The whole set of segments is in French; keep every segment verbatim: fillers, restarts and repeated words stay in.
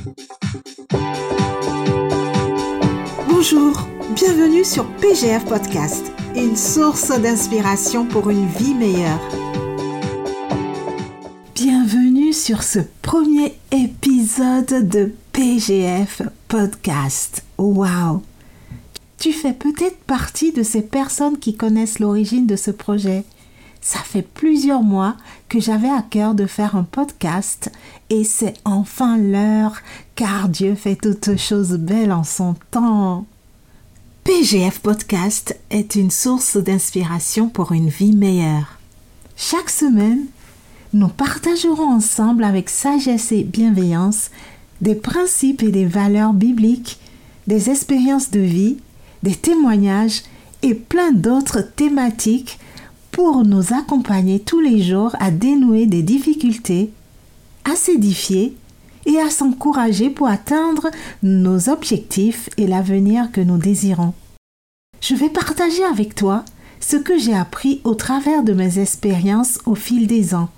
Bonjour, bienvenue sur P G F Podcast, une source d'inspiration pour une vie meilleure. Bienvenue sur ce premier épisode de P G F Podcast. Waouh! Tu fais peut-être partie de ces personnes qui connaissent l'origine de ce projet. Ça fait plusieurs mois que j'avais à cœur de faire un podcast et c'est enfin l'heure car Dieu fait toutes choses belles en son temps. P G F Podcast est une source d'inspiration pour une vie meilleure. Chaque semaine, nous partagerons ensemble avec sagesse et bienveillance des principes et des valeurs bibliques, des expériences de vie, des témoignages et plein d'autres thématiques pour nous accompagner tous les jours à dénouer des difficultés, à s'édifier et à s'encourager pour atteindre nos objectifs et l'avenir que nous désirons. Je vais partager avec toi ce que j'ai appris au travers de mes expériences au fil des ans.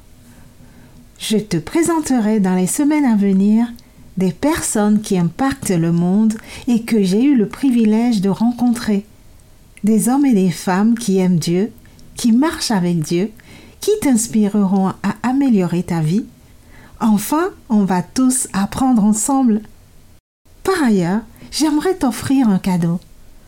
Je te présenterai dans les semaines à venir des personnes qui impactent le monde et que j'ai eu le privilège de rencontrer. Des hommes et des femmes qui aiment Dieu, qui marchent avec Dieu, qui t'inspireront à améliorer ta vie. Enfin, on va tous apprendre ensemble. Par ailleurs, j'aimerais t'offrir un cadeau.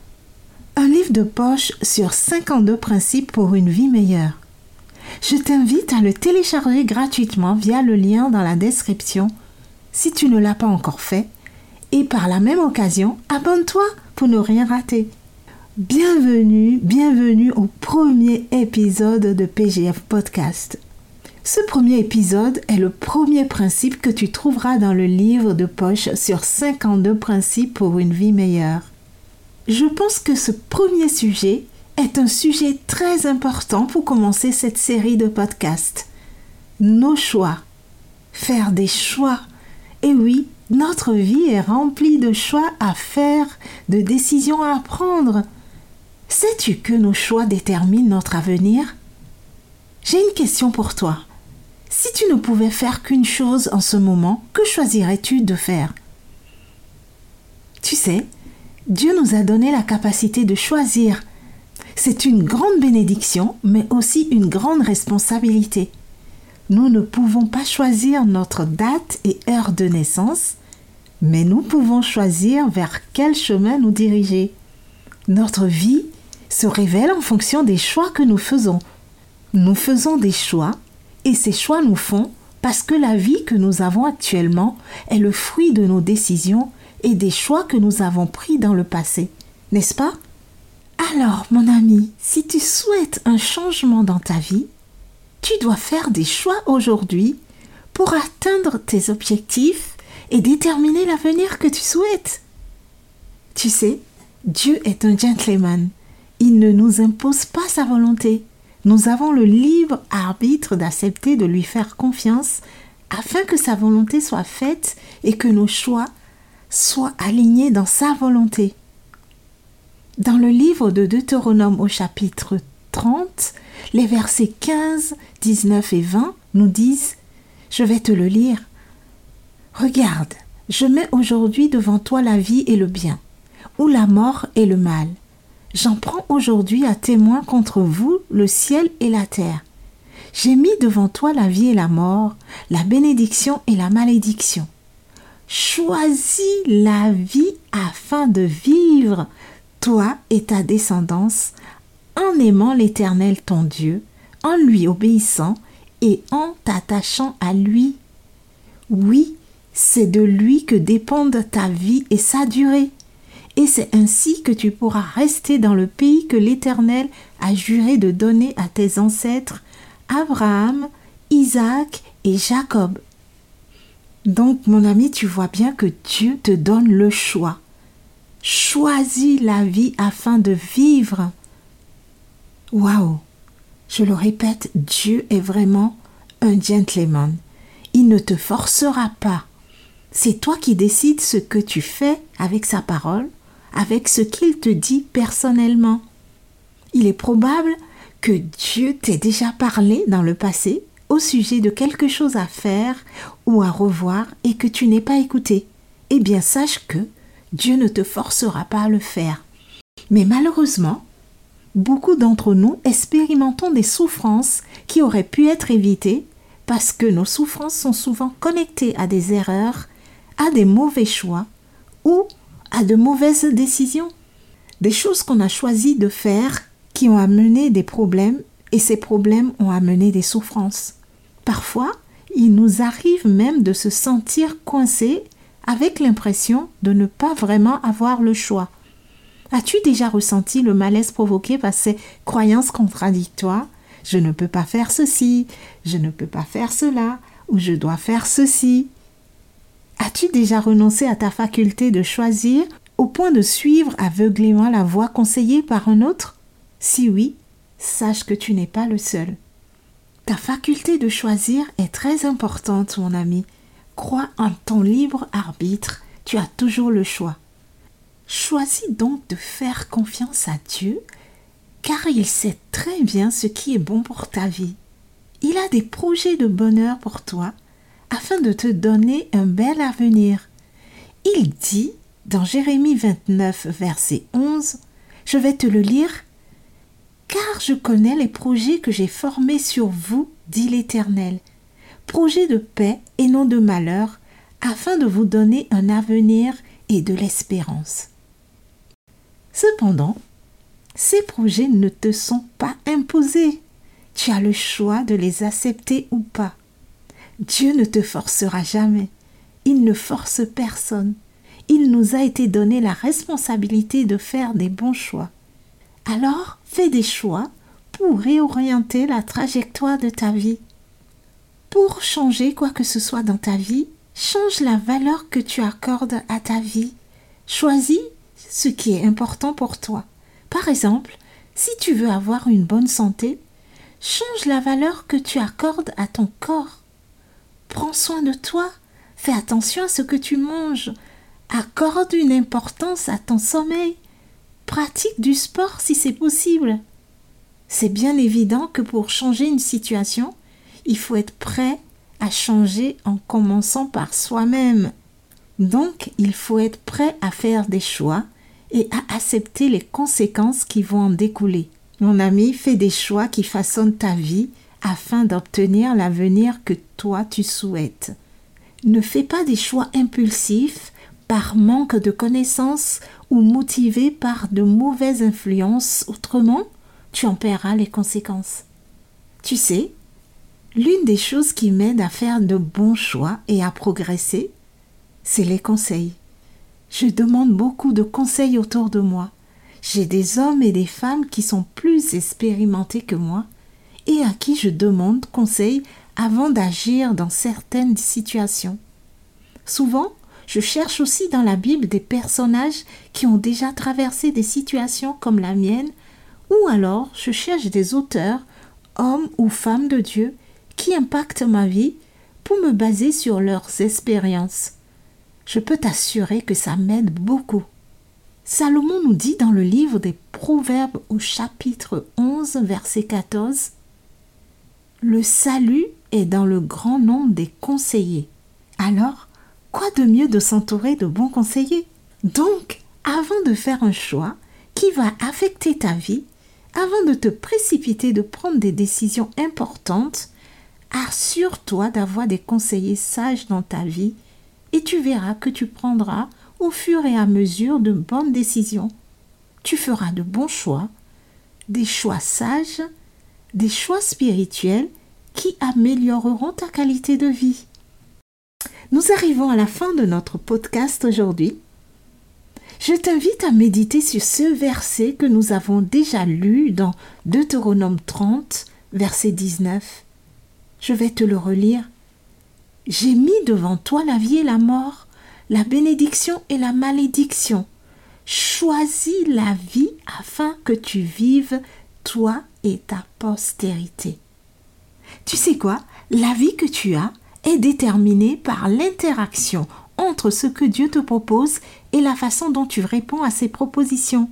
Un livre de poche sur cinquante-deux principes pour une vie meilleure. Je t'invite à le télécharger gratuitement via le lien dans la description si tu ne l'as pas encore fait. Et par la même occasion, abonne-toi pour ne rien rater. Bienvenue, bienvenue au premier épisode de P G F Podcast. Ce premier épisode est le premier principe que tu trouveras dans le livre de poche sur cinquante-deux principes pour une vie meilleure. Je pense que ce premier sujet est un sujet très important pour commencer cette série de podcasts. Nos choix. Faire des choix. Et oui, notre vie est remplie de choix à faire, de décisions à prendre. Sais-tu que nos choix déterminent notre avenir? J'ai une question pour toi. Si tu ne pouvais faire qu'une chose en ce moment, que choisirais-tu de faire? Tu sais, Dieu nous a donné la capacité de choisir. C'est une grande bénédiction, mais aussi une grande responsabilité. Nous ne pouvons pas choisir notre date et heure de naissance, mais nous pouvons choisir vers quel chemin nous diriger. Notre vie se révèle en fonction des choix que nous faisons. Nous faisons des choix et ces choix nous font parce que la vie que nous avons actuellement est le fruit de nos décisions et des choix que nous avons pris dans le passé, n'est-ce pas? Alors, mon ami, si tu souhaites un changement dans ta vie, tu dois faire des choix aujourd'hui pour atteindre tes objectifs et déterminer l'avenir que tu souhaites. Tu sais, Dieu est un gentleman. Il ne nous impose pas sa volonté. Nous avons le libre arbitre d'accepter de lui faire confiance afin que sa volonté soit faite et que nos choix soient alignés dans sa volonté. Dans le livre de Deutéronome au chapitre trente, les versets quinze, dix-neuf et vingt nous disent « Je vais te le lire. Regarde, je mets aujourd'hui devant toi la vie et le bien, ou la mort et le mal. J'en prends aujourd'hui à témoin contre vous le ciel et la terre. J'ai mis devant toi la vie et la mort, la bénédiction et la malédiction. Choisis la vie afin de vivre, toi et ta descendance, en aimant l'Éternel ton Dieu, en lui obéissant et en t'attachant à lui. Oui, c'est de lui que dépendent ta vie et sa durée. Et c'est ainsi que tu pourras rester dans le pays que l'Éternel a juré de donner à tes ancêtres, Abraham, Isaac et Jacob. Donc, mon ami, tu vois bien que Dieu te donne le choix. Choisis la vie afin de vivre. Waouh! Je le répète, Dieu est vraiment un gentleman. Il ne te forcera pas. C'est toi qui décides ce que tu fais avec sa parole, avec ce qu'il te dit personnellement. Il est probable que Dieu t'ait déjà parlé dans le passé au sujet de quelque chose à faire ou à revoir et que tu n'aies pas écouté. eh bien sache que Dieu ne te forcera pas à le faire. Mais malheureusement, beaucoup d'entre nous expérimentons des souffrances qui auraient pu être évitées parce que nos souffrances sont souvent connectées à des erreurs, à des mauvais choix ou à de mauvaises décisions. Des choses qu'on a choisi de faire qui ont amené des problèmes et ces problèmes ont amené des souffrances. Parfois, il nous arrive même de se sentir coincé avec l'impression de ne pas vraiment avoir le choix. As-tu déjà ressenti le malaise provoqué par ces croyances contradictoires ? Je ne peux pas faire ceci, je ne peux pas faire cela, ou je dois faire ceci. As-tu déjà renoncé à ta faculté de choisir au point de suivre aveuglément la voie conseillée par un autre ? Si oui, sache que tu n'es pas le seul. Ta faculté de choisir est très importante, mon ami. Crois en ton libre arbitre, tu as toujours le choix. Choisis donc de faire confiance à Dieu, car il sait très bien ce qui est bon pour ta vie. Il a des projets de bonheur pour toi, afin de te donner un bel avenir. Il dit, dans Jérémie vingt-neuf, verset onze, je vais te le lire, « Car je connais les projets que j'ai formés sur vous, dit l'Éternel, projets de paix et non de malheur, afin de vous donner un avenir et de l'espérance. » Cependant, ces projets ne te sont pas imposés. Tu as le choix de les accepter ou pas. Dieu ne te forcera jamais. Il ne force personne. Il nous a été donné la responsabilité de faire des bons choix. Alors, fais des choix pour réorienter la trajectoire de ta vie. Pour changer quoi que ce soit dans ta vie, change la valeur que tu accordes à ta vie. Choisis ce qui est important pour toi. Par exemple, si tu veux avoir une bonne santé, change la valeur que tu accordes à ton corps. Prends soin de toi, fais attention à ce que tu manges, accorde une importance à ton sommeil, pratique du sport si c'est possible. C'est bien évident que pour changer une situation, il faut être prêt à changer en commençant par soi-même. Donc, il faut être prêt à faire des choix et à accepter les conséquences qui vont en découler. Mon ami, fais des choix qui façonnent ta vie afin d'obtenir l'avenir que toi tu souhaites. Ne fais pas des choix impulsifs par manque de connaissances ou motivés par de mauvaises influences, autrement, tu en paieras les conséquences. Tu sais, l'une des choses qui m'aide à faire de bons choix et à progresser, c'est les conseils. Je demande beaucoup de conseils autour de moi. J'ai des hommes et des femmes qui sont plus expérimentés que moi et à qui je demande conseil avant d'agir dans certaines situations. Souvent, je cherche aussi dans la Bible des personnages qui ont déjà traversé des situations comme la mienne, ou alors je cherche des auteurs, hommes ou femmes de Dieu, qui impactent ma vie pour me baser sur leurs expériences. Je peux t'assurer que ça m'aide beaucoup. Salomon nous dit dans le livre des Proverbes au chapitre onze, verset quatorze, « Le salut est dans le grand nombre des conseillers. » Alors, quoi de mieux de s'entourer de bons conseillers? Donc, avant de faire un choix qui va affecter ta vie, avant de te précipiter de prendre des décisions importantes, assure-toi d'avoir des conseillers sages dans ta vie et tu verras que tu prendras au fur et à mesure de bonnes décisions. Tu feras de bons choix, des choix sages, des choix spirituels qui amélioreront ta qualité de vie. Nous arrivons à la fin de notre podcast aujourd'hui. Je t'invite à méditer sur ce verset que nous avons déjà lu dans Deutéronome trente, verset dix-neuf. Je vais te le relire. « J'ai mis devant toi la vie et la mort, la bénédiction et la malédiction. Choisis la vie afin que tu vives, toi et ta postérité. » Tu sais quoi? La vie que tu as est déterminée par l'interaction entre ce que Dieu te propose et la façon dont tu réponds à ses propositions.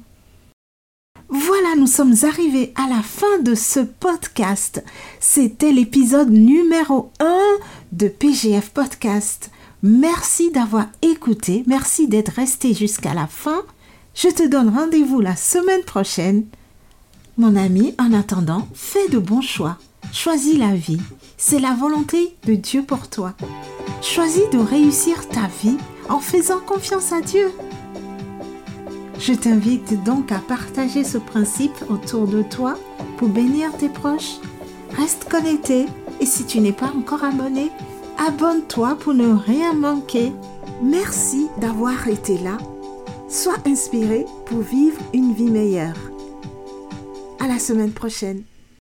Voilà, nous sommes arrivés à la fin de ce podcast. C'était l'épisode numéro un de P G F Podcast. Merci d'avoir écouté, merci d'être resté jusqu'à la fin. Je te donne rendez-vous la semaine prochaine. Mon ami, en attendant, fais de bons choix. Choisis la vie. C'est la volonté de Dieu pour toi. Choisis de réussir ta vie en faisant confiance à Dieu. Je t'invite donc à partager ce principe autour de toi pour bénir tes proches. Reste connecté et si tu n'es pas encore abonné, abonne-toi pour ne rien manquer. Merci d'avoir été là. Sois inspiré pour vivre une vie meilleure. À la semaine prochaine.